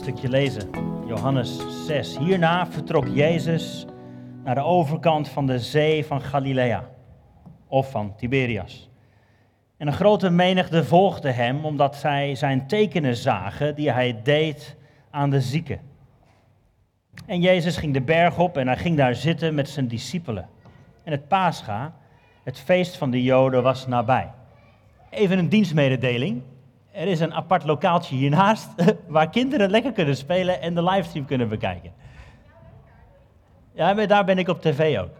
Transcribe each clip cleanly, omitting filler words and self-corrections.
stukje lezen. Johannes 6. Hierna vertrok Jezus naar de overkant van de zee van Galilea, of van Tiberias. En een grote menigte volgde hem, omdat zij zijn tekenen zagen die hij deed aan de zieken. En Jezus ging de berg op en hij ging daar zitten met zijn discipelen. En het Pascha, het feest van de Joden, was nabij. Even een dienstmededeling. Er is een apart lokaaltje hiernaast waar kinderen lekker kunnen spelen en de livestream kunnen bekijken. Ja, maar daar ben ik op tv ook.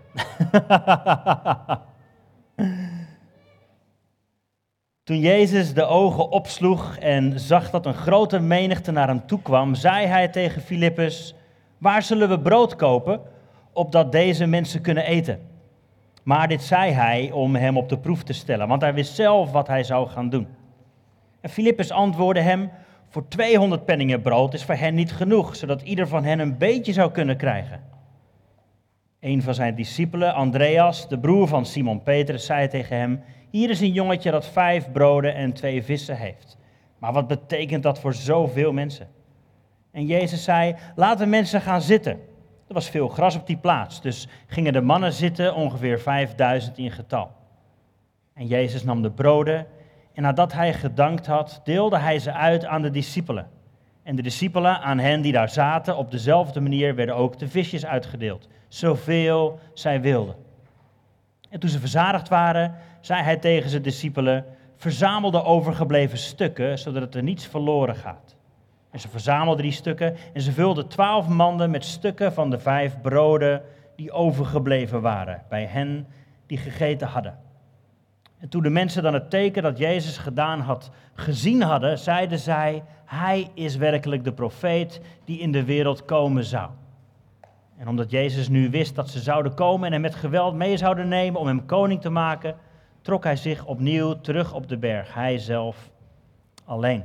Toen Jezus de ogen opsloeg en zag dat een grote menigte naar hem toe kwam, zei hij tegen Filippus: waar zullen we brood kopen, opdat deze mensen kunnen eten? Maar dit zei hij om hem op de proef te stellen, want hij wist zelf wat hij zou gaan doen. En Filippus antwoordde hem: voor 200 penningen brood is voor hen niet genoeg, zodat ieder van hen een beetje zou kunnen krijgen. Een van zijn discipelen, Andreas, de broer van Simon Petrus, zei tegen hem: hier is een jongetje dat 5 broden en 2 vissen heeft. Maar wat betekent dat voor zoveel mensen? En Jezus zei: laat de mensen gaan zitten. Er was veel gras op die plaats, dus gingen de mannen zitten, ongeveer 5000 in getal. En Jezus nam de broden en nadat hij gedankt had, deelde hij ze uit aan de discipelen. En de discipelen aan hen die daar zaten, op dezelfde manier werden ook de visjes uitgedeeld, zoveel zij wilden. En toen ze verzadigd waren, zei hij tegen zijn discipelen: verzamel de overgebleven stukken, zodat er niets verloren gaat. En ze verzamelden die stukken en ze vulden 12 manden met stukken van de 5 broden die overgebleven waren, bij hen die gegeten hadden. En toen de mensen dan het teken dat Jezus gedaan had gezien hadden, zeiden zij: hij is werkelijk de profeet die in de wereld komen zou. En omdat Jezus nu wist dat ze zouden komen en hem met geweld mee zouden nemen om hem koning te maken, trok hij zich opnieuw terug op de berg, hij zelf alleen.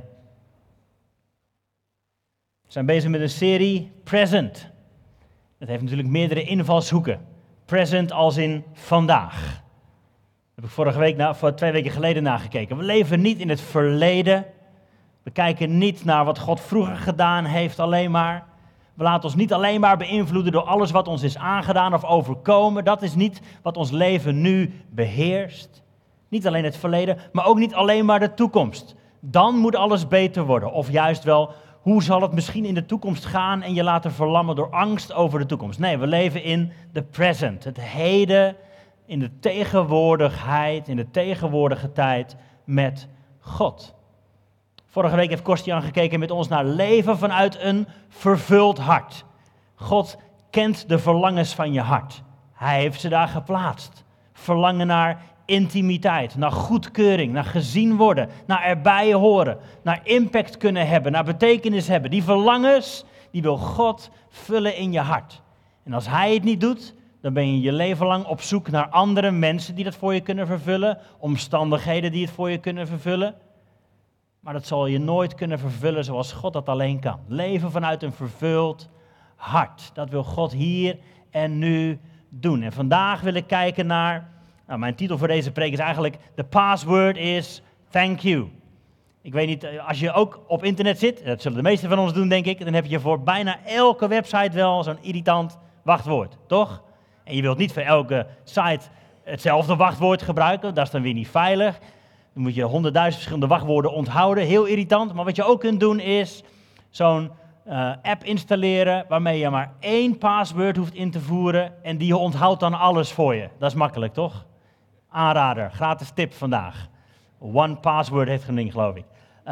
We zijn bezig met een serie Present. Dat heeft natuurlijk meerdere invalshoeken. Present als in vandaag. Daar heb ik voor 2 weken geleden nagekeken. We leven niet in het verleden. We kijken niet naar wat God vroeger gedaan heeft alleen maar. We laten ons niet alleen maar beïnvloeden door alles wat ons is aangedaan of overkomen. Dat is niet wat ons leven nu beheerst. Niet alleen het verleden, maar ook niet alleen maar de toekomst. Dan moet alles beter worden. Of juist wel, hoe zal het misschien in de toekomst gaan en je laten verlammen door angst over de toekomst. Nee, we leven in the present. Het heden, in de tegenwoordigheid, in de tegenwoordige tijd met God. Vorige week heeft Kostjan gekeken met ons naar leven vanuit een vervuld hart. God kent de verlangens van je hart. Hij heeft ze daar geplaatst. Verlangen naar intimiteit, naar goedkeuring, naar gezien worden, naar erbij horen, naar impact kunnen hebben, naar betekenis hebben. Die verlangens, die wil God vullen in je hart. En als hij het niet doet, dan ben je je leven lang op zoek naar andere mensen die dat voor je kunnen vervullen, omstandigheden die het voor je kunnen vervullen. Maar dat zal je nooit kunnen vervullen zoals God dat alleen kan. Leven vanuit een vervuld hart. Dat wil God hier en nu doen. En vandaag wil ik kijken naar, mijn titel voor deze preek is eigenlijk, the password is thank you. Ik weet niet, als je ook op internet zit, dat zullen de meesten van ons doen denk ik, dan heb je voor bijna elke website wel zo'n irritant wachtwoord, toch? En je wilt niet voor elke site hetzelfde wachtwoord gebruiken, dat is dan weer niet veilig. Dan moet je 100.000 verschillende wachtwoorden onthouden, heel irritant. Maar wat je ook kunt doen is zo'n app installeren waarmee je maar 1 password hoeft in te voeren en die onthoudt dan alles voor je. Dat is makkelijk, toch? Aanrader, gratis tip vandaag. One password heeft geen ding, geloof ik.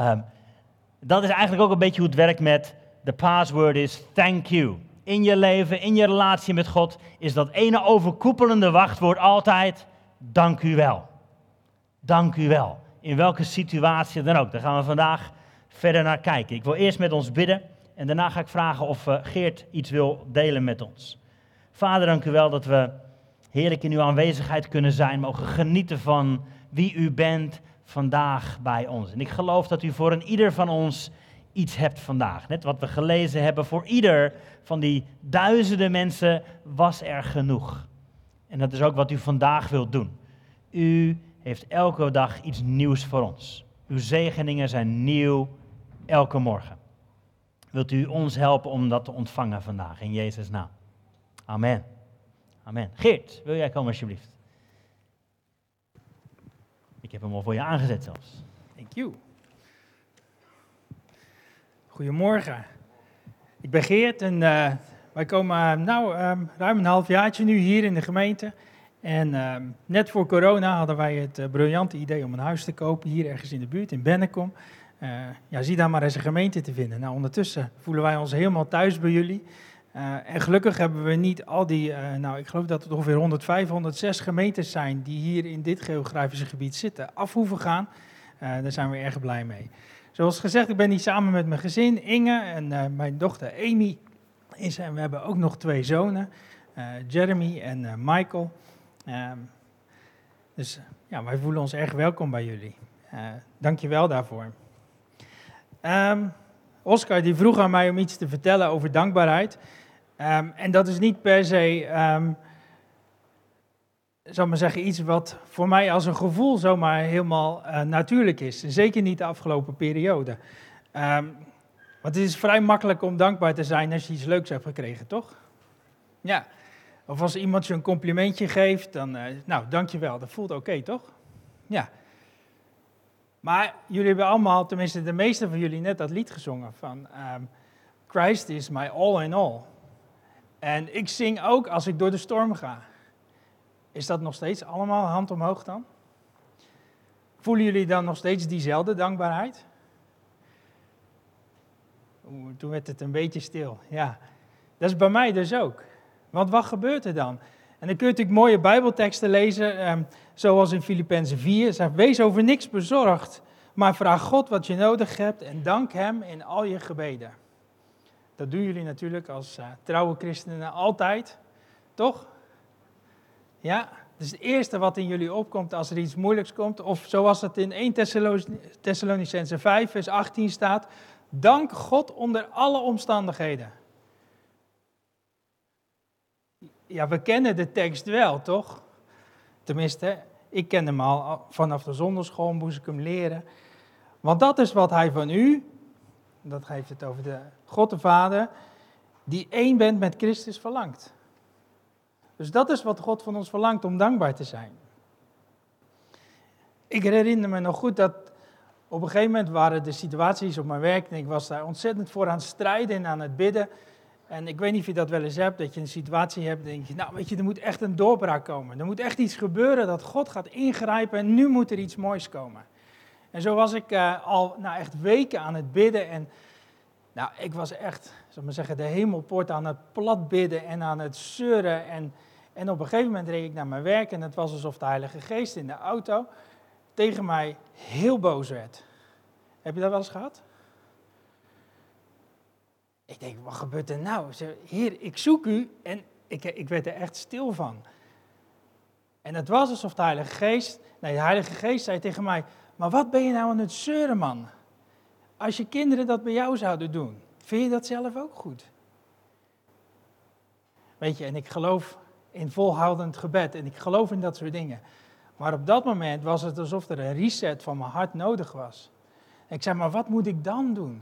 Dat is eigenlijk ook een beetje hoe het werkt met de password is thank you. In je leven, in je relatie met God is dat ene overkoepelende wachtwoord altijd dank u wel. Dank u wel. In welke situatie dan ook. Daar gaan we vandaag verder naar kijken. Ik wil eerst met ons bidden en daarna ga ik vragen of Geert iets wil delen met ons. Vader, dank u wel dat we heerlijk in uw aanwezigheid kunnen zijn, mogen genieten van wie u bent vandaag bij ons. En ik geloof dat u voor een ieder van ons iets hebt vandaag. Net wat we gelezen hebben, voor ieder van die duizenden mensen was er genoeg. En dat is ook wat u vandaag wilt doen. U heeft elke dag iets nieuws voor ons. Uw zegeningen zijn nieuw elke morgen. wilt u ons helpen om dat te ontvangen vandaag, in Jezus' naam. Amen. Amen. Geert, wil jij komen alsjeblieft? Ik heb hem al voor je aangezet zelfs. Thank you. Goedemorgen. Ik ben Geert en wij komen ruim een halfjaartje nu hier in de gemeente. En net voor corona hadden wij het briljante idee om een huis te kopen hier ergens in de buurt, in Bennekom. Zie daar maar eens een gemeente te vinden. Nou, ondertussen voelen wij ons helemaal thuis bij jullie. En gelukkig hebben we niet al die, ik geloof dat het ongeveer 105, 106 gemeentes zijn die hier in dit geografische gebied zitten, af hoeven gaan. Daar zijn we erg blij mee. Zoals gezegd, ik ben hier samen met mijn gezin, Inge en mijn dochter Amy. En we hebben ook nog 2 zonen, Jeremy en Michael. Dus wij voelen ons erg welkom bij jullie. Dank je wel daarvoor. Oscar die vroeg aan mij om iets te vertellen over dankbaarheid. En dat is niet per se, zal maar zeggen, iets wat voor mij als een gevoel zomaar helemaal natuurlijk is. Zeker niet de afgelopen periode. Want het is vrij makkelijk om dankbaar te zijn als je iets leuks hebt gekregen, toch? Ja. Of als iemand je een complimentje geeft, dan, dankjewel, dat voelt oké, toch? Ja. Maar jullie hebben allemaal, tenminste de meeste van jullie, net dat lied gezongen van Christ is my all in all. En ik zing ook als ik door de storm ga. Is dat nog steeds allemaal hand omhoog dan? Voelen jullie dan nog steeds diezelfde dankbaarheid? Toen werd het een beetje stil. Ja, dat is bij mij dus ook. Want wat gebeurt er dan? En dan kun je natuurlijk mooie Bijbelteksten lezen, zoals in Filippenzen 4. Zegt, wees over niks bezorgd, maar vraag God wat je nodig hebt en dank Hem in al je gebeden. Dat doen jullie natuurlijk als trouwe christenen altijd, toch? Ja, dat is het eerste wat in jullie opkomt als er iets moeilijks komt. Of zoals het in 1 Thessalonicenzen 5 vers 18 staat, dank God onder alle omstandigheden. Ja, we kennen de tekst wel, toch? Tenminste, ik ken hem al vanaf de zondagschool, moest ik hem leren. Want dat is wat hij van u, dat geeft het over de God de Vader, die één bent met Christus verlangt. Dus dat is wat God van ons verlangt, om dankbaar te zijn. Ik herinner me nog goed dat op een gegeven moment waren de situaties op mijn werk en ik was daar ontzettend voor aan het strijden en aan het bidden. En ik weet niet of je dat wel eens hebt, dat je een situatie hebt, denk je, er moet echt een doorbraak komen. Er moet echt iets gebeuren dat God gaat ingrijpen en nu moet er iets moois komen. En zo was ik al echt weken aan het bidden en ik was echt, zal ik maar zeggen, de hemelpoort aan het platbidden en aan het zeuren. En op een gegeven moment reed ik naar mijn werk en het was alsof de Heilige Geest in de auto tegen mij heel boos werd. Heb je dat wel eens gehad? Ik denk, wat gebeurt er nou? Heer, ik zoek u en ik werd er echt stil van. En het was alsof de Heilige Geest zei tegen mij, maar wat ben je nou aan het zeuren, man? Als je kinderen dat bij jou zouden doen, vind je dat zelf ook goed? Weet je, en ik geloof in volhoudend gebed en ik geloof in dat soort dingen. Maar op dat moment was het alsof er een reset van mijn hart nodig was. En ik zei, maar wat moet ik dan doen?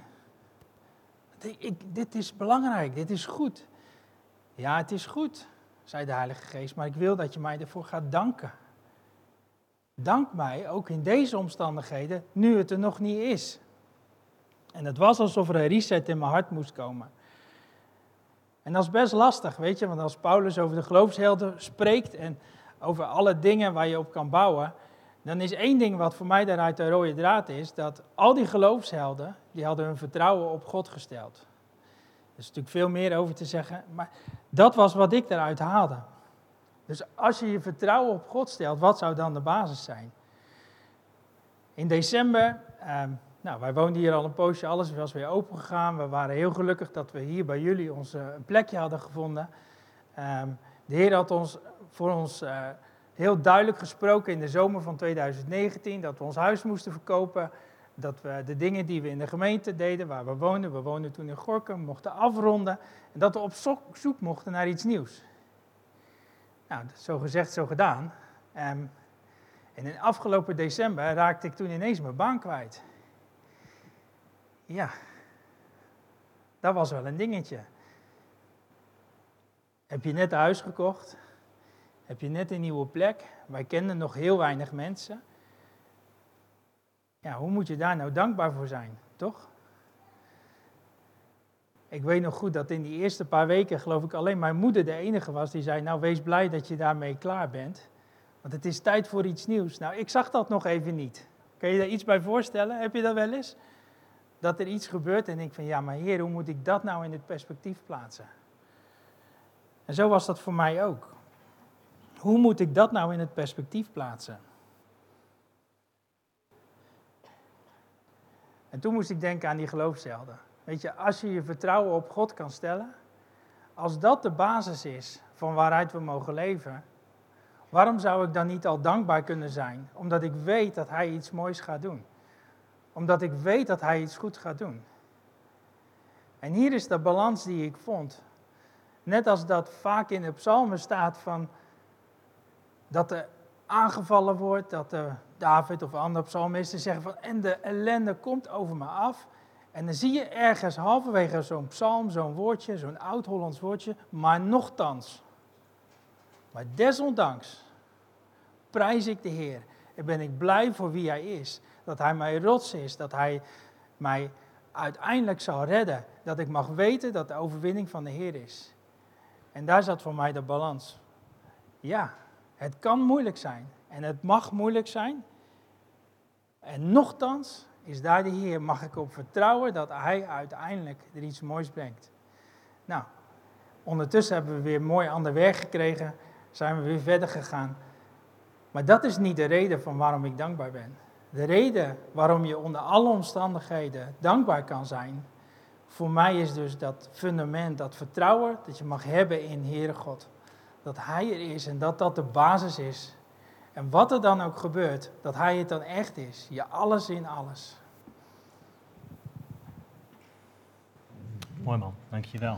Dit is belangrijk, dit is goed. Ja, het is goed, zei de Heilige Geest, maar ik wil dat je mij ervoor gaat danken. Dank mij, ook in deze omstandigheden, nu het er nog niet is. En het was alsof er een reset in mijn hart moest komen. En dat is best lastig, weet je, want als Paulus over de geloofshelden spreekt en over alle dingen waar je op kan bouwen, dan is één ding wat voor mij daaruit de rode draad is, dat al die geloofshelden, die hadden hun vertrouwen op God gesteld. Er is natuurlijk veel meer over te zeggen, maar dat was wat ik daaruit haalde. Dus als je je vertrouwen op God stelt, wat zou dan de basis zijn? In december, wij woonden hier al een poosje, alles was weer open gegaan. We waren heel gelukkig dat we hier bij jullie een plekje hadden gevonden. De Heer had voor ons heel duidelijk gesproken in de zomer van 2019, dat we ons huis moesten verkopen, dat we de dingen die we in de gemeente deden, waar we woonden toen in Gorinchem, mochten afronden en dat we op zoek mochten naar iets nieuws. Nou, zo gezegd, zo gedaan. En in afgelopen december raakte ik toen ineens mijn baan kwijt. Ja. Dat was wel een dingetje. Heb je net een huis gekocht? Heb je net een nieuwe plek? Wij kenden nog heel weinig mensen. Ja, hoe moet je daar nou dankbaar voor zijn, toch? Ik weet nog goed dat in die eerste paar weken, geloof ik, alleen mijn moeder de enige was die zei, nou wees blij dat je daarmee klaar bent. Want het is tijd voor iets nieuws. Nou, ik zag dat nog even niet. Kun je daar iets bij voorstellen? Heb je dat wel eens? Dat er iets gebeurt en ik denk van, ja maar Heer, hoe moet ik dat nou in het perspectief plaatsen? En zo was dat voor mij ook. Hoe moet ik dat nou in het perspectief plaatsen? En toen moest ik denken aan die geloofshelden. Weet je, als je je vertrouwen op God kan stellen, als dat de basis is van waaruit we mogen leven, waarom zou ik dan niet al dankbaar kunnen zijn? Omdat ik weet dat Hij iets moois gaat doen. Omdat ik weet dat Hij iets goeds gaat doen. En hier is de balans die ik vond. Net als dat vaak in de psalmen staat van dat er aangevallen wordt, dat David of andere psalmisten zeggen van en de ellende komt over me af. En dan zie je ergens halverwege zo'n psalm, zo'n woordje, zo'n oud-Hollands woordje, maar nochtans. Maar desondanks prijs ik de Heer en ben ik blij voor wie Hij is. Dat Hij mijn rots is, dat Hij mij uiteindelijk zal redden. Dat ik mag weten dat de overwinning van de Heer is. En daar zat voor mij de balans. Ja, het kan moeilijk zijn en het mag moeilijk zijn. En nochtans is daar de Heer, mag ik op vertrouwen dat Hij uiteindelijk er iets moois brengt. Nou, ondertussen hebben we weer mooi ander werk gekregen, zijn we weer verder gegaan. Maar dat is niet de reden van waarom ik dankbaar ben. De reden waarom je onder alle omstandigheden dankbaar kan zijn, voor mij is dus dat fundament, dat vertrouwen dat je mag hebben in Heere God. Dat Hij er is en dat dat de basis is. En wat er dan ook gebeurt, dat Hij het dan echt is. Je alles in alles. Mooi man, dankjewel.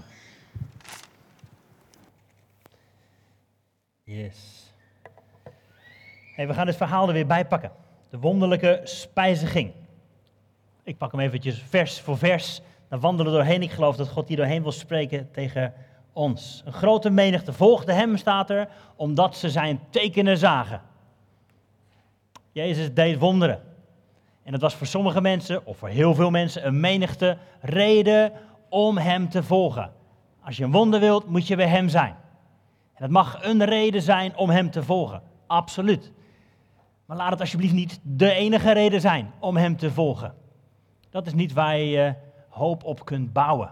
Yes. Hey, we gaan het verhaal er weer bij pakken. De wonderlijke spijziging. Ik pak hem eventjes vers voor vers. Dan wandelen we doorheen. Ik geloof dat God hier doorheen wil spreken tegen ons. Een grote menigte volgde hem, staat er, omdat ze zijn tekenen zagen. Jezus deed wonderen. En dat was voor sommige mensen, of voor heel veel mensen, een menigte reden om hem te volgen. Als je een wonder wilt, moet je bij hem zijn. En dat mag een reden zijn om hem te volgen. Absoluut. Maar laat het alsjeblieft niet de enige reden zijn om hem te volgen. Dat is niet waar je hoop op kunt bouwen.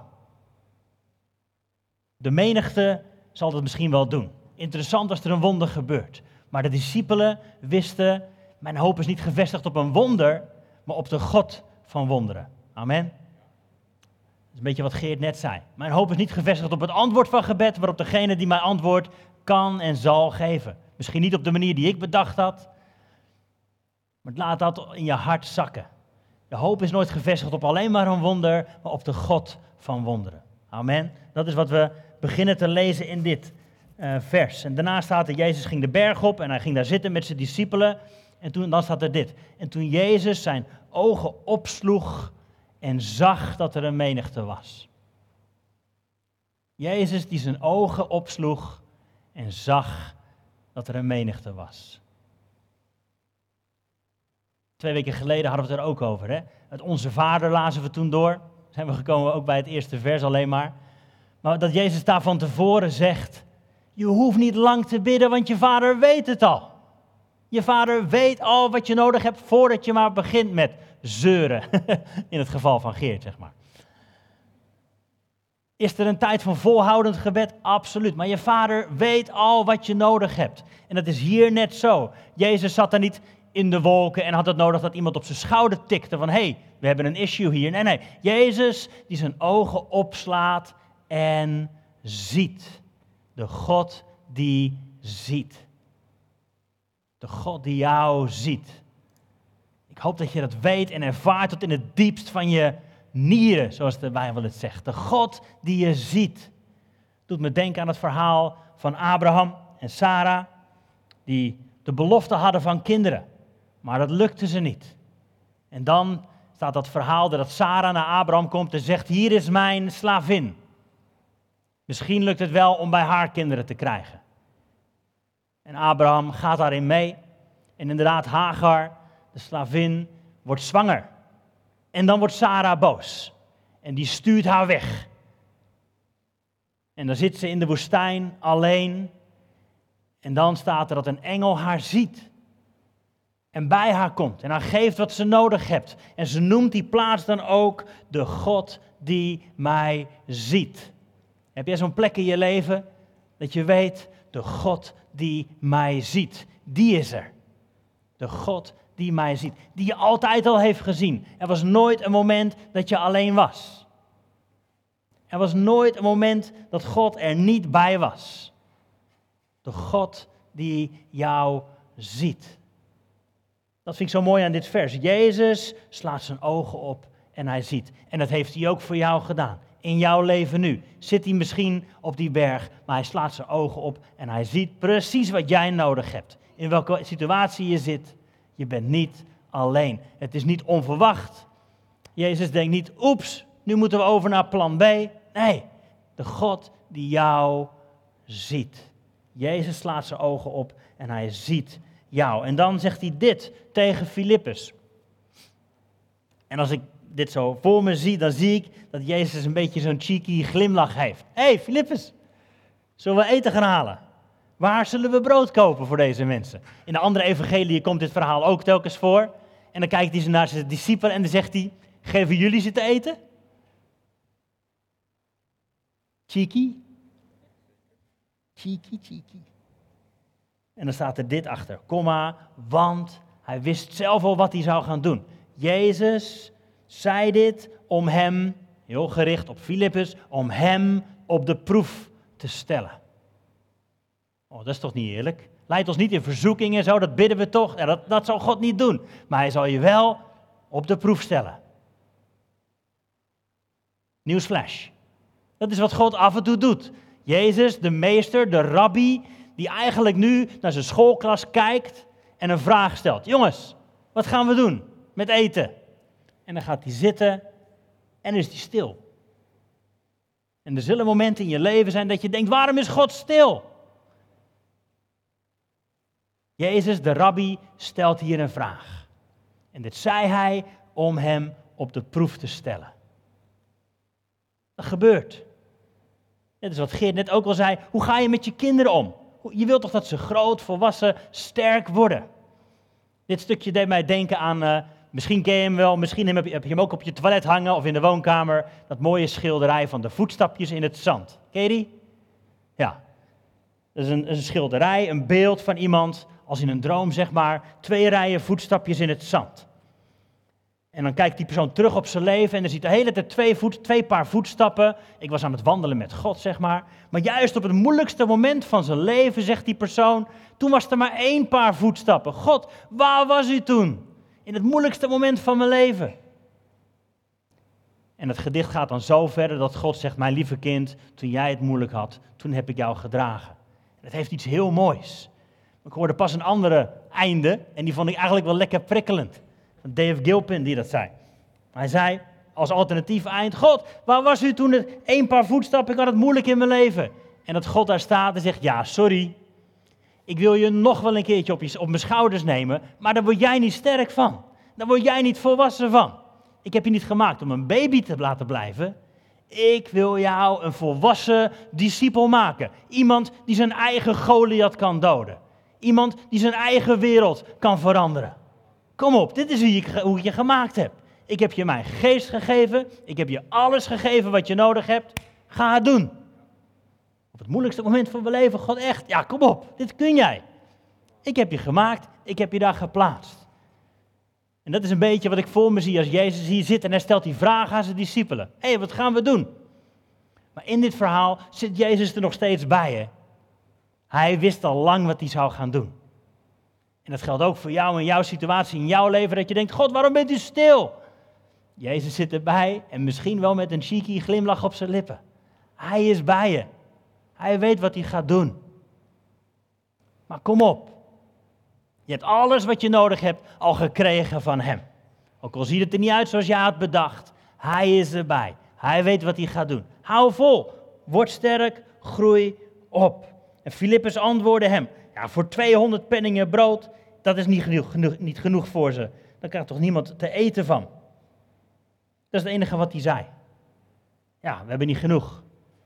De menigte zal dat misschien wel doen. Interessant als er een wonder gebeurt. Maar de discipelen wisten, mijn hoop is niet gevestigd op een wonder, maar op de God van wonderen. Amen. Dat is een beetje wat Geert net zei. Mijn hoop is niet gevestigd op het antwoord van gebed, maar op degene die mij antwoord kan en zal geven. Misschien niet op de manier die ik bedacht had, maar laat dat in je hart zakken. Je hoop is nooit gevestigd op alleen maar een wonder, maar op de God van wonderen. Amen. Dat is wat we beginnen te lezen in dit vers. En daarna staat er, Jezus ging de berg op en hij ging daar zitten met zijn discipelen. En dan staat er dit. En toen Jezus zijn ogen opsloeg en zag dat er een menigte was. Jezus die zijn ogen opsloeg en zag dat er een menigte was. 2 weken geleden hadden we het er ook over. Hè? Het Onze Vader lazen we toen door. Zijn we gekomen ook bij het eerste vers alleen maar. Maar dat Jezus daar van tevoren zegt, je hoeft niet lang te bidden, want je Vader weet het al. Je Vader weet al wat je nodig hebt voordat je maar begint met zeuren. In het geval van Geert, zeg maar. Is er een tijd van volhoudend gebed? Absoluut. Maar je Vader weet al wat je nodig hebt. En dat is hier net zo. Jezus zat er niet in de wolken en had het nodig dat iemand op zijn schouder tikte van hey, we hebben een issue hier. Nee. Jezus die zijn ogen opslaat en ziet. De God die ziet. De God die jou ziet. Ik hoop dat je dat weet en ervaart tot in het diepst van je nieren, zoals de Bijbel het zegt. De God die je ziet. Doet me denken aan het verhaal van Abraham en Sarah, die de belofte hadden van kinderen. Maar dat lukte ze niet. En dan staat dat verhaal dat Sara naar Abraham komt en zegt, hier is mijn slavin. Misschien lukt het wel om bij haar kinderen te krijgen. En Abraham gaat daarin mee. En inderdaad, Hagar, de slavin, wordt zwanger. En dan wordt Sara boos. En die stuurt haar weg. En dan zit ze in de woestijn alleen. En dan staat er dat een engel haar ziet. En bij haar komt. En haar geeft wat ze nodig heeft. En ze noemt die plaats dan ook de God die mij ziet. Heb jij zo'n plek in je leven dat je weet, de God die mij ziet, die is er. De God die mij ziet, die je altijd al heeft gezien. Er was nooit een moment dat je alleen was. Er was nooit een moment dat God er niet bij was. De God die jou ziet. Dat vind ik zo mooi aan dit vers. Jezus slaat zijn ogen op en hij ziet. En dat heeft hij ook voor jou gedaan. In jouw leven nu. Zit hij misschien op die berg, maar hij slaat zijn ogen op en hij ziet precies wat jij nodig hebt. In welke situatie je zit. Je bent niet alleen. Het is niet onverwacht. Jezus denkt niet, oeps, nu moeten we over naar plan B. Nee, de God die jou ziet. Jezus slaat zijn ogen op en hij ziet jou. En dan zegt hij dit tegen Filippus. En als ik dit zo voor me zie, dan zie ik dat Jezus een beetje zo'n cheeky glimlach heeft. Hé, Filippus, zullen we eten gaan halen? Waar zullen we brood kopen voor deze mensen? In de andere evangelie komt dit verhaal ook telkens voor. En dan kijkt hij naar zijn discipelen en dan zegt hij, geven jullie ze te eten? Cheeky? Cheeky. En dan staat er dit achter, want hij wist zelf al wat hij zou gaan doen. Jezus zei dit om hem, heel gericht op Filippus, om hem op de proef te stellen. Oh, dat is toch niet eerlijk? Leid ons niet in verzoeking en zo, dat bidden we toch. Ja, dat zal God niet doen. Maar hij zal je wel op de proef stellen. Nieuwsflash. Dat is wat God af en toe doet. Jezus, de meester, de rabbi, die eigenlijk nu naar zijn schoolklas kijkt en een vraag stelt. Jongens, wat gaan we doen met eten? En dan gaat hij zitten en is hij stil. En er zullen momenten in je leven zijn dat je denkt, waarom is God stil? Jezus, de rabbi, stelt hier een vraag. En dit zei hij om hem op de proef te stellen. Dat gebeurt. Dit is wat Geert net ook al zei. Hoe ga je met je kinderen om? Je wilt toch dat ze groot, volwassen, sterk worden? Dit stukje deed mij denken aan, misschien ken je hem wel, misschien heb je hem ook op je toilet hangen of in de woonkamer. Dat mooie schilderij van de voetstapjes in het zand. Ken je die? Ja. Dat is een schilderij, een beeld van iemand, als in een droom zeg maar, 2 rijen voetstapjes in het zand. En dan kijkt die persoon terug op zijn leven en dan ziet de hele tijd 2 paar voetstappen. Ik was aan het wandelen met God, zeg maar. Maar juist op het moeilijkste moment van zijn leven, zegt die persoon, toen was er maar 1 paar voetstappen. God, waar was u toen? In het moeilijkste moment van mijn leven. En het gedicht gaat dan zo verder dat God zegt, mijn lieve kind, toen jij het moeilijk had, toen heb ik jou gedragen. En dat heeft iets heel moois. Ik hoorde pas een andere einde en die vond ik eigenlijk wel lekker prikkelend. Van Dave Gilpin die dat zei. Hij zei als alternatief eind, God, waar was u toen het 1 paar voetstappen, ik had het moeilijk in mijn leven. En dat God daar staat en zegt, ja, sorry. Ik wil je nog wel een keertje op mijn schouders nemen, maar daar word jij niet sterk van. Daar word jij niet volwassen van. Ik heb je niet gemaakt om een baby te laten blijven. Ik wil jou een volwassen discipel maken. Iemand die zijn eigen Goliath kan doden. Iemand die zijn eigen wereld kan veranderen. Kom op, dit is hoe ik je gemaakt heb. Ik heb je mijn geest gegeven. Ik heb je alles gegeven wat je nodig hebt. Ga het doen. Op het moeilijkste moment van mijn leven, God echt, ja kom op, dit kun jij. Ik heb je gemaakt, ik heb je daar geplaatst. En dat is een beetje wat ik voor me zie als Jezus hier zit en hij stelt die vraag aan zijn discipelen. Hé, wat gaan we doen? Maar in dit verhaal zit Jezus er nog steeds bij, hè? Hij wist al lang wat hij zou gaan doen. En dat geldt ook voor jou en jouw situatie in jouw leven, dat je denkt, God, waarom bent u stil? Jezus zit erbij en misschien wel met een cheeky glimlach op zijn lippen. Hij is bij je. Hij weet wat hij gaat doen. Maar kom op. Je hebt alles wat je nodig hebt al gekregen van hem. Ook al ziet het er niet uit zoals je had bedacht. Hij is erbij. Hij weet wat hij gaat doen. Hou vol. Word sterk. Groei op. En Filippus antwoordde hem. Ja, voor 200 penningen brood, dat is niet genoeg voor ze. Daar krijgt toch niemand te eten van. Dat is het enige wat hij zei. Ja, we hebben niet genoeg.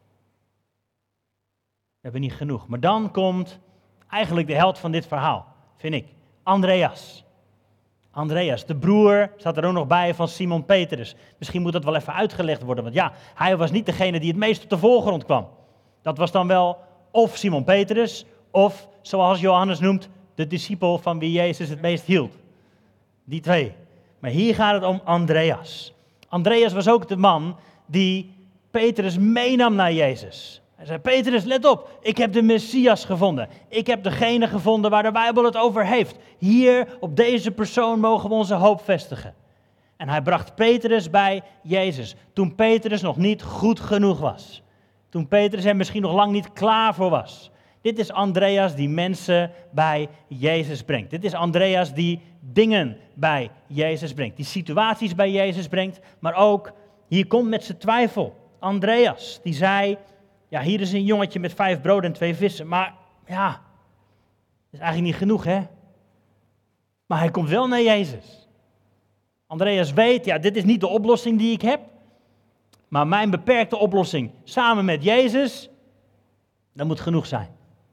We hebben niet genoeg. Maar dan komt eigenlijk de held van dit verhaal, vind ik. Andreas. Andreas, de broer, staat er ook nog bij van Simon Petrus. Misschien moet dat wel even uitgelegd worden. Want ja, hij was niet degene die het meest op de voorgrond kwam. Dat was dan wel of Simon Petrus, of zoals Johannes noemt, de discipel van wie Jezus het meest hield. Die twee. Maar hier gaat het om Andreas. Andreas was ook de man die Petrus meenam naar Jezus. Hij zei, Petrus, let op, ik heb de Messias gevonden. Ik heb degene gevonden waar de Bijbel het over heeft. Hier, op deze persoon, mogen we onze hoop vestigen. En hij bracht Petrus bij Jezus, toen Petrus nog niet goed genoeg was. Toen Petrus er misschien nog lang niet klaar voor was. Dit is Andreas die mensen bij Jezus brengt. Dit is Andreas die dingen bij Jezus brengt. Die situaties bij Jezus brengt, maar ook, hier komt met zijn twijfel. Andreas, die zei, ja, hier is een jongetje met 5 broden en 2 vissen. Maar ja, dat is eigenlijk niet genoeg, hè? Maar hij komt wel naar Jezus. Andreas weet, ja, dit is niet de oplossing die ik heb. Maar mijn beperkte oplossing samen met Jezus, dat moet genoeg zijn.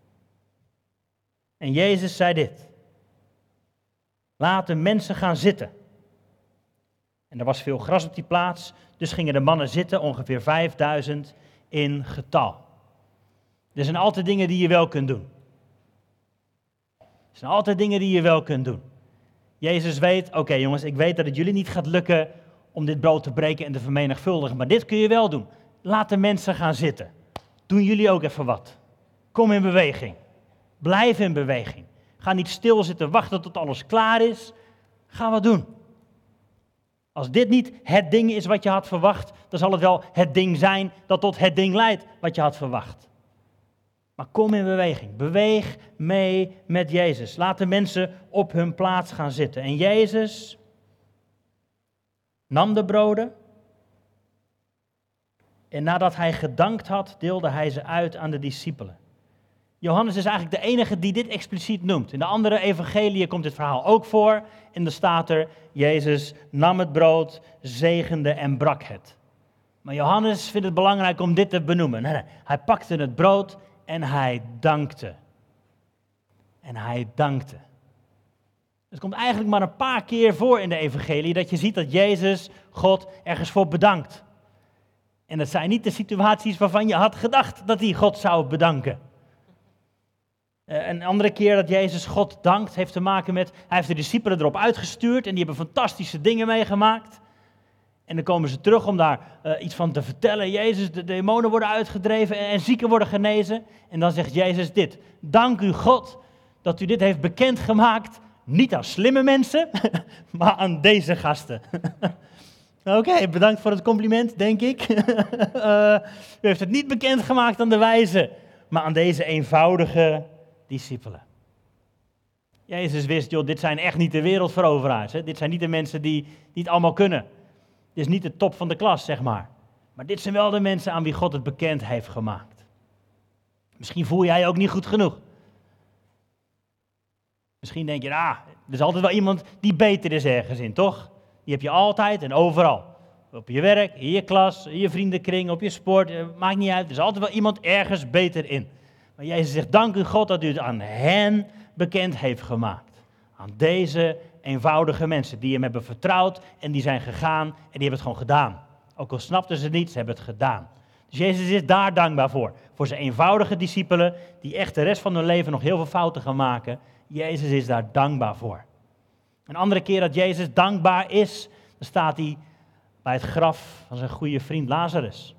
En Jezus zei dit. Laat de mensen gaan zitten. En er was veel gras op die plaats, dus gingen de mannen zitten, ongeveer 5000 in getal. Er zijn altijd dingen die je wel kunt doen. Er zijn altijd dingen die je wel kunt doen. Jezus weet, oké, jongens, ik weet dat het jullie niet gaat lukken om dit brood te breken en te vermenigvuldigen, maar dit kun je wel doen. Laat de mensen gaan zitten. Doen jullie ook even wat. Kom in beweging. Blijf in beweging. Ga niet stilzitten, wachten tot alles klaar is. Ga wat doen. Als dit niet het ding is wat je had verwacht, dan zal het wel het ding zijn dat tot het ding leidt wat je had verwacht. Maar kom in beweging. Beweeg mee met Jezus. Laat de mensen op hun plaats gaan zitten. En Jezus nam de broden en nadat hij gedankt had, deelde hij ze uit aan de discipelen. Johannes is eigenlijk de enige die dit expliciet noemt. In de andere evangeliën komt dit verhaal ook voor. En dan staat er, Jezus nam het brood, zegende en brak het. Maar Johannes vindt het belangrijk om dit te benoemen. Nee, hij pakte het brood en hij dankte. En hij dankte. Het komt eigenlijk maar een paar keer voor in de evangelie dat je ziet dat Jezus God ergens voor bedankt. En dat zijn niet de situaties waarvan je had gedacht dat hij God zou bedanken. Een andere keer dat Jezus God dankt heeft te maken met, hij heeft de discipelen erop uitgestuurd en die hebben fantastische dingen meegemaakt. En dan komen ze terug om daar iets van te vertellen. Jezus, de demonen worden uitgedreven en zieken worden genezen. En dan zegt Jezus dit, dank u God dat u dit heeft bekendgemaakt, niet aan slimme mensen, maar aan deze gasten. Oké, bedankt voor het compliment, denk ik. U heeft het niet bekendgemaakt aan de wijzen, maar aan deze eenvoudige discipelen. Jezus wist, joh, dit zijn echt niet de wereldveroveraars. Hè? Dit zijn niet de mensen die het allemaal kunnen. Dit is niet de top van de klas, zeg maar. Maar dit zijn wel de mensen aan wie God het bekend heeft gemaakt. Misschien voel jij je ook niet goed genoeg. Misschien denk je, er is altijd wel iemand die beter is ergens in, toch? Die heb je altijd en overal. Op je werk, in je klas, in je vriendenkring, op je sport, maakt niet uit. Er is altijd wel iemand ergens beter in. Maar Jezus zegt, dank u God dat u het aan hen bekend heeft gemaakt. Aan deze eenvoudige mensen die hem hebben vertrouwd en die zijn gegaan en die hebben het gewoon gedaan. Ook al snapten ze het niet, ze hebben het gedaan. Dus Jezus is daar dankbaar voor. Voor zijn eenvoudige discipelen die echt de rest van hun leven nog heel veel fouten gaan maken. Jezus is daar dankbaar voor. Een andere keer dat Jezus dankbaar is, dan staat hij bij het graf van zijn goede vriend Lazarus.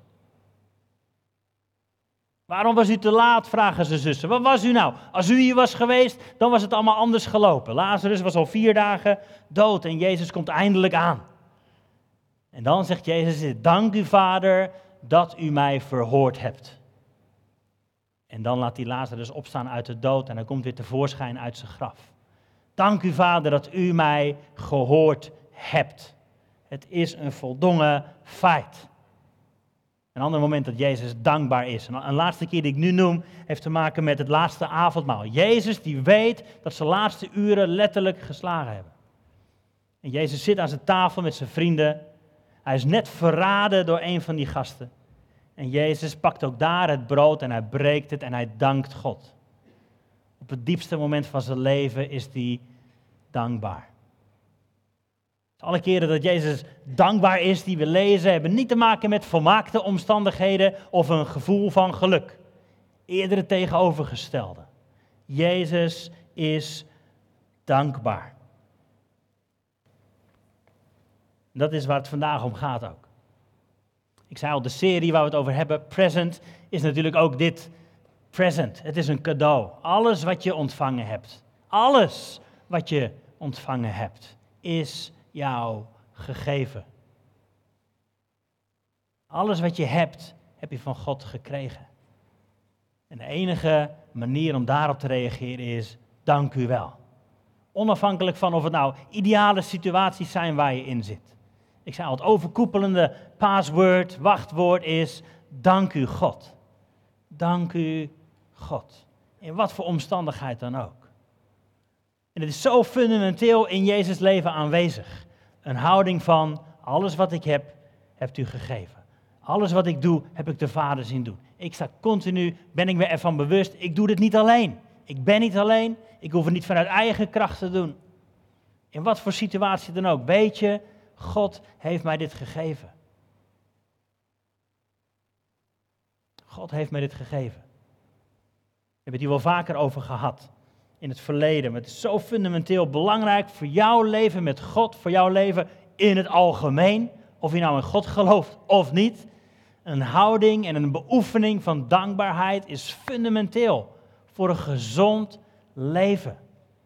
Waarom was u te laat, vragen zijn zussen. Wat was u nou? Als u hier was geweest, dan was het allemaal anders gelopen. Lazarus was al 4 dagen dood en Jezus komt eindelijk aan. En dan zegt Jezus, dank u Vader dat u mij verhoord hebt. En dan laat hij Lazarus opstaan uit de dood en hij komt weer tevoorschijn uit zijn graf. Dank u Vader dat u mij gehoord hebt. Het is een voldongen feit. Een ander moment dat Jezus dankbaar is. Een laatste keer die ik nu noem, heeft te maken met het laatste avondmaal. Jezus die weet dat zijn laatste uren letterlijk geslagen hebben. En Jezus zit aan zijn tafel met zijn vrienden. Hij is net verraden door een van die gasten. En Jezus pakt ook daar het brood en hij breekt het en hij dankt God. Op het diepste moment van zijn leven is hij dankbaar. Alle keren dat Jezus dankbaar is die we lezen, hebben niet te maken met volmaakte omstandigheden of een gevoel van geluk. Eerder het tegenovergestelde. Jezus is dankbaar. Dat is waar het vandaag om gaat ook. Ik zei al, de serie waar we het over hebben, Present, is natuurlijk ook dit present. Het is een cadeau. Alles wat je ontvangen hebt, alles wat je ontvangen hebt, is jou gegeven. Alles wat je hebt, heb je van God gekregen. En de enige manier om daarop te reageren is, dank u wel. Onafhankelijk van of het nou ideale situaties zijn waar je in zit. Ik zei al, het overkoepelende password, wachtwoord is, dank u God. Dank u God. In wat voor omstandigheid dan ook. En het is zo fundamenteel in Jezus' leven aanwezig. Een houding van, alles wat ik heb, hebt u gegeven. Alles wat ik doe, heb ik de Vader zien doen. Ik sta continu, ben ik me ervan bewust, ik doe dit niet alleen. Ik ben niet alleen, ik hoef het niet vanuit eigen kracht te doen. In wat voor situatie dan ook. Weet je, God heeft mij dit gegeven. God heeft mij dit gegeven. We hebben het hier wel vaker over gehad. In het verleden. Maar het is zo fundamenteel belangrijk voor jouw leven met God. Voor jouw leven in het algemeen. Of je nou in God gelooft of niet. Een houding en een beoefening van dankbaarheid is fundamenteel voor een gezond leven.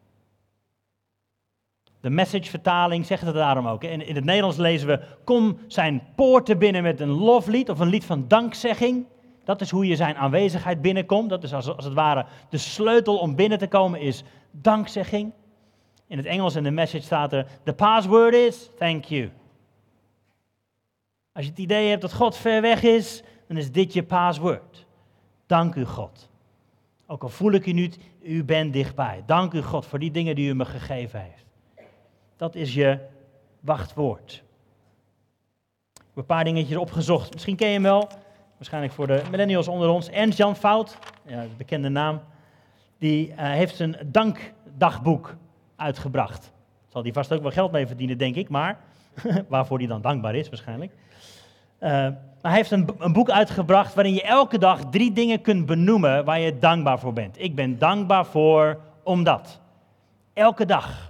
De Message-vertaling zegt het daarom ook. In het Nederlands lezen we, kom zijn poorten binnen met een loflied of een lied van dankzegging. Dat is hoe je zijn aanwezigheid binnenkomt. Dat is als het ware de sleutel om binnen te komen is dankzegging. In het Engels en de Message staat er, the password is thank you. Als je het idee hebt dat God ver weg is, dan is dit je password. Dank u God. Ook al voel ik u niet, u bent dichtbij. Dank u God voor die dingen die u me gegeven heeft. Dat is je wachtwoord. Ik heb een paar dingetjes opgezocht. Misschien ken je hem wel. Waarschijnlijk voor de millennials onder ons. Ernst-Jan Fout, ja, de bekende naam. Die heeft een dankdagboek uitgebracht. Zal die vast ook wel geld mee verdienen, denk ik. Maar waarvoor hij dan dankbaar is waarschijnlijk. Maar hij heeft een boek uitgebracht waarin je elke dag 3 dingen kunt benoemen waar je dankbaar voor bent. Ik ben dankbaar voor omdat. Elke dag.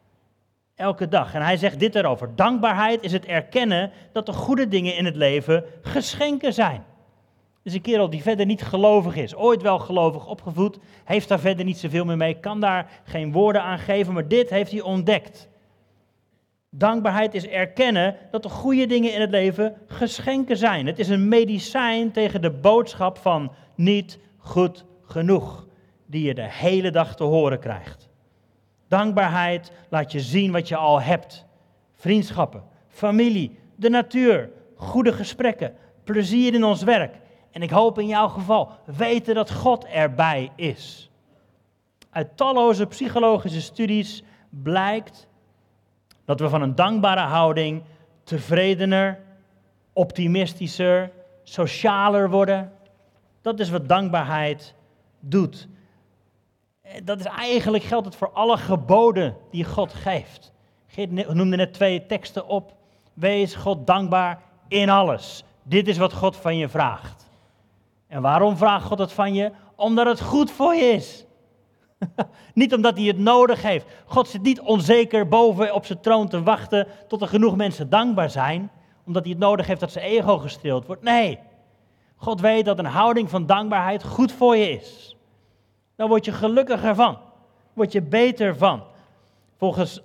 Elke dag. En hij zegt dit erover. Dankbaarheid is het erkennen dat de goede dingen in het leven geschenken zijn. Dus een kerel die verder niet gelovig is, ooit wel gelovig opgevoed, heeft daar verder niet zoveel meer mee, kan daar geen woorden aan geven, maar dit heeft hij ontdekt. Dankbaarheid is erkennen dat de goede dingen in het leven geschenken zijn. Het is een medicijn tegen de boodschap van niet goed genoeg, die je de hele dag te horen krijgt. Dankbaarheid laat je zien wat je al hebt. Vriendschappen, familie, de natuur, goede gesprekken, plezier in ons werk. En ik hoop in jouw geval weten dat God erbij is. Uit talloze psychologische studies blijkt dat we van een dankbare houding tevredener, optimistischer, socialer worden. Dat is wat dankbaarheid doet. Dat is eigenlijk, geldt het voor alle geboden die God geeft. Geert noemde net 2 teksten op. Wees God dankbaar in alles. Dit is wat God van je vraagt. En waarom vraagt God het van je? Omdat het goed voor je is. Niet omdat hij het nodig heeft. God zit niet onzeker boven op zijn troon te wachten tot er genoeg mensen dankbaar zijn. Omdat hij het nodig heeft dat zijn ego gestreeld wordt. Nee, God weet dat een houding van dankbaarheid goed voor je is. Dan word je gelukkiger van. Word je beter van. Volgens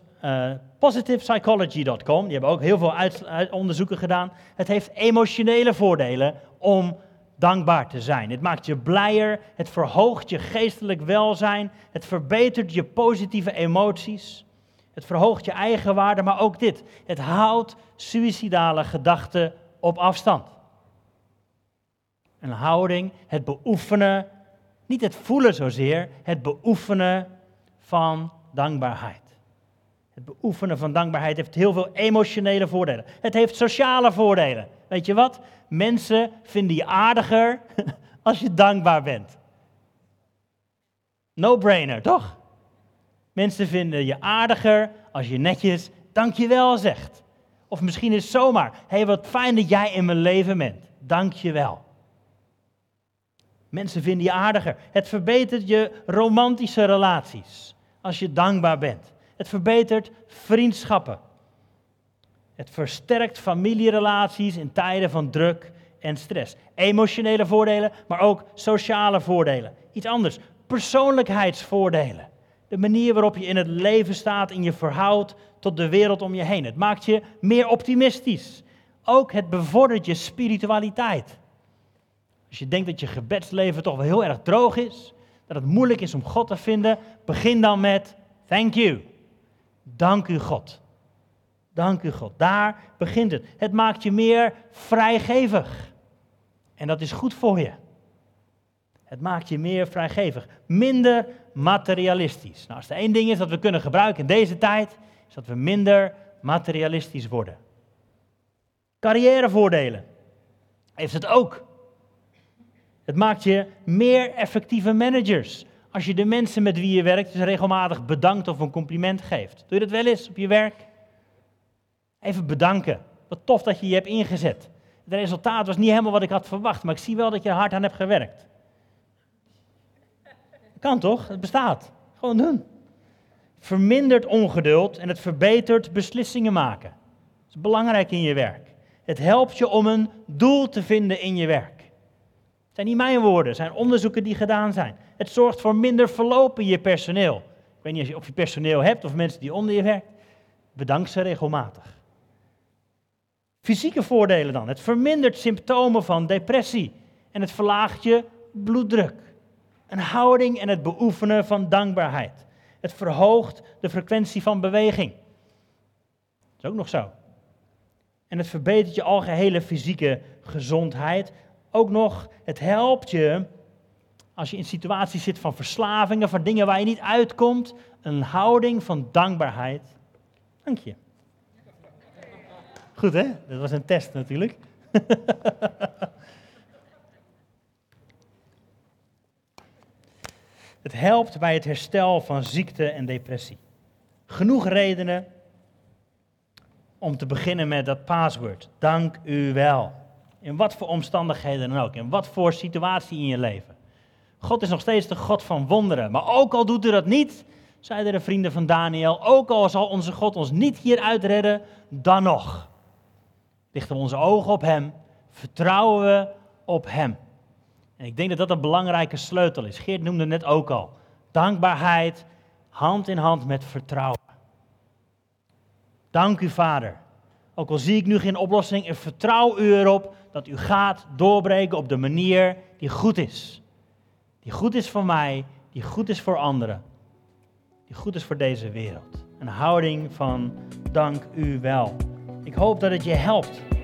positivepsychology.com, die hebben ook heel veel onderzoeken gedaan. Het heeft emotionele voordelen om dankbaar te zijn. Het maakt je blijer, het verhoogt je geestelijk welzijn, het verbetert je positieve emoties. Het verhoogt je eigen waarde, maar ook dit. Het houdt suïcidale gedachten op afstand. Een houding, het beoefenen, niet het voelen zozeer, het beoefenen van dankbaarheid. Het beoefenen van dankbaarheid heeft heel veel emotionele voordelen. Het heeft sociale voordelen. Weet je wat? Mensen vinden je aardiger als je dankbaar bent. No-brainer, toch? Mensen vinden je aardiger als je netjes dankjewel zegt. Of misschien is het zomaar, hé, wat fijn dat jij in mijn leven bent. Dankjewel. Mensen vinden je aardiger. Het verbetert je romantische relaties als je dankbaar bent. Het verbetert vriendschappen. Het versterkt familierelaties in tijden van druk en stress. Emotionele voordelen, maar ook sociale voordelen. Iets anders, persoonlijkheidsvoordelen. De manier waarop je in het leven staat en je verhoudt tot de wereld om je heen. Het maakt je meer optimistisch. Ook het bevordert je spiritualiteit. Als je denkt dat je gebedsleven toch wel heel erg droog is, dat het moeilijk is om God te vinden, begin dan met thank you. Dank u God. Dank u God. Daar begint het. Het maakt je meer vrijgevig. En dat is goed voor je. Het maakt je meer vrijgevig. Minder materialistisch. Nou, als er één ding is dat we kunnen gebruiken in deze tijd, is dat we minder materialistisch worden. Carrièrevoordelen heeft het ook. Het maakt je meer effectieve managers. Als je de mensen met wie je werkt dus regelmatig bedankt of een compliment geeft. Doe je dat wel eens op je werk? Even bedanken. Wat tof dat je je hebt ingezet. Het resultaat was niet helemaal wat ik had verwacht, maar ik zie wel dat je er hard aan hebt gewerkt. Dat kan toch? Het bestaat. Gewoon doen. Vermindert ongeduld en het verbetert beslissingen maken. Dat is belangrijk in je werk. Het helpt je om een doel te vinden in je werk. Het zijn niet mijn woorden, het zijn onderzoeken die gedaan zijn. Het zorgt voor minder verloop in je personeel. Ik weet niet of je personeel hebt of mensen die onder je werken. Bedank ze regelmatig. Fysieke voordelen dan. Het vermindert symptomen van depressie en het verlaagt je bloeddruk. Een houding en het beoefenen van dankbaarheid. Het verhoogt de frequentie van beweging. Dat is ook nog zo. En het verbetert je algehele fysieke gezondheid. Ook nog, het helpt je als je in situaties zit van verslavingen, van dingen waar je niet uitkomt. Een houding van dankbaarheid. Dank je. Goed hè? Dat was een test natuurlijk. Het helpt bij het herstel van ziekte en depressie. Genoeg redenen om te beginnen met dat paswoord. Dank u wel. In wat voor omstandigheden dan ook. In wat voor situatie in je leven. God is nog steeds de God van wonderen. Maar ook al doet u dat niet, zeiden de vrienden van Daniel, ook al zal onze God ons niet hieruit redden, dan nog. Richten we onze ogen op hem, vertrouwen we op hem. En ik denk dat dat een belangrijke sleutel is. Geert noemde het net ook al. Dankbaarheid, hand in hand met vertrouwen. Dank u, Vader. Ook al zie ik nu geen oplossing, ik vertrouw u erop dat u gaat doorbreken op de manier die goed is. Die goed is voor mij, die goed is voor anderen. Die goed is voor deze wereld. Een houding van dank u wel. Ik hoop dat het je helpt